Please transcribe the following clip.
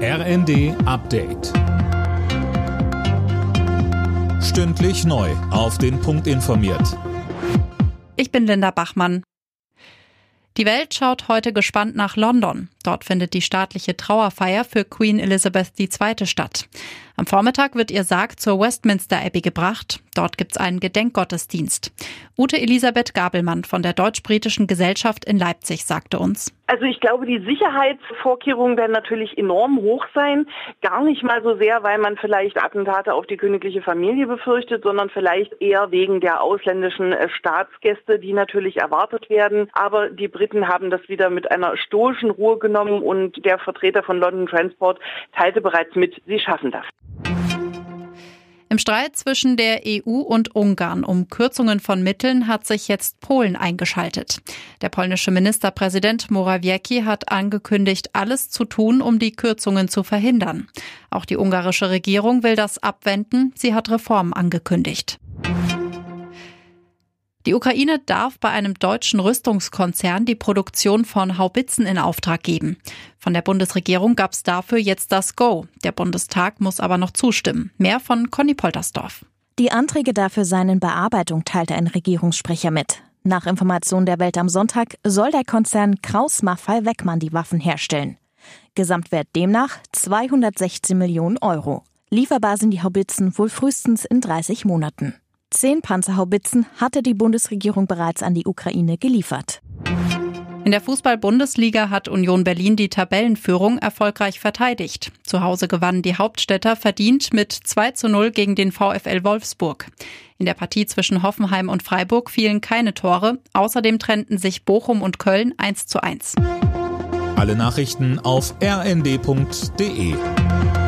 RND Update. Stündlich neu auf den Punkt informiert. Ich bin Linda Bachmann. Die Welt schaut heute gespannt nach London. Dort findet die staatliche Trauerfeier für Queen Elizabeth II. Statt. Am Vormittag wird ihr Sarg zur Westminster Abbey gebracht. Dort gibt's einen Gedenkgottesdienst. Ute Elisabeth Gabelmann von der Deutsch-Britischen Gesellschaft in Leipzig sagte uns: Also ich glaube, die Sicherheitsvorkehrungen werden natürlich enorm hoch sein. Gar nicht mal so sehr, weil man vielleicht Attentate auf die königliche Familie befürchtet, sondern vielleicht eher wegen der ausländischen Staatsgäste, die natürlich erwartet werden. Aber die Briten haben das wieder mit einer stoischen Ruhe genommen und der Vertreter von London Transport teilte bereits mit, sie schaffen das. Im Streit zwischen der EU und Ungarn um Kürzungen von Mitteln hat sich jetzt Polen eingeschaltet. Der polnische Ministerpräsident Morawiecki hat angekündigt, alles zu tun, um die Kürzungen zu verhindern. Auch die ungarische Regierung will das abwenden. Sie hat Reformen angekündigt. Die Ukraine darf bei einem deutschen Rüstungskonzern die Produktion von Haubitzen in Auftrag geben. Von der Bundesregierung gab es dafür jetzt das Go. Der Bundestag muss aber noch zustimmen. Mehr von Conny Poltersdorf. Die Anträge dafür seien in Bearbeitung, teilte ein Regierungssprecher mit. Nach Informationen der Welt am Sonntag soll der Konzern Krauss-Maffei-Weckmann die Waffen herstellen. Gesamtwert demnach 216 Millionen Euro. Lieferbar sind die Haubitzen wohl frühestens in 30 Monaten. 10 Panzerhaubitzen hatte die Bundesregierung bereits an die Ukraine geliefert. In der Fußball-Bundesliga hat Union Berlin die Tabellenführung erfolgreich verteidigt. Zu Hause gewannen die Hauptstädter verdient mit 2:0 gegen den VfL Wolfsburg. In der Partie zwischen Hoffenheim und Freiburg fielen keine Tore. Außerdem trennten sich Bochum und Köln 1:1. Alle Nachrichten auf rnd.de.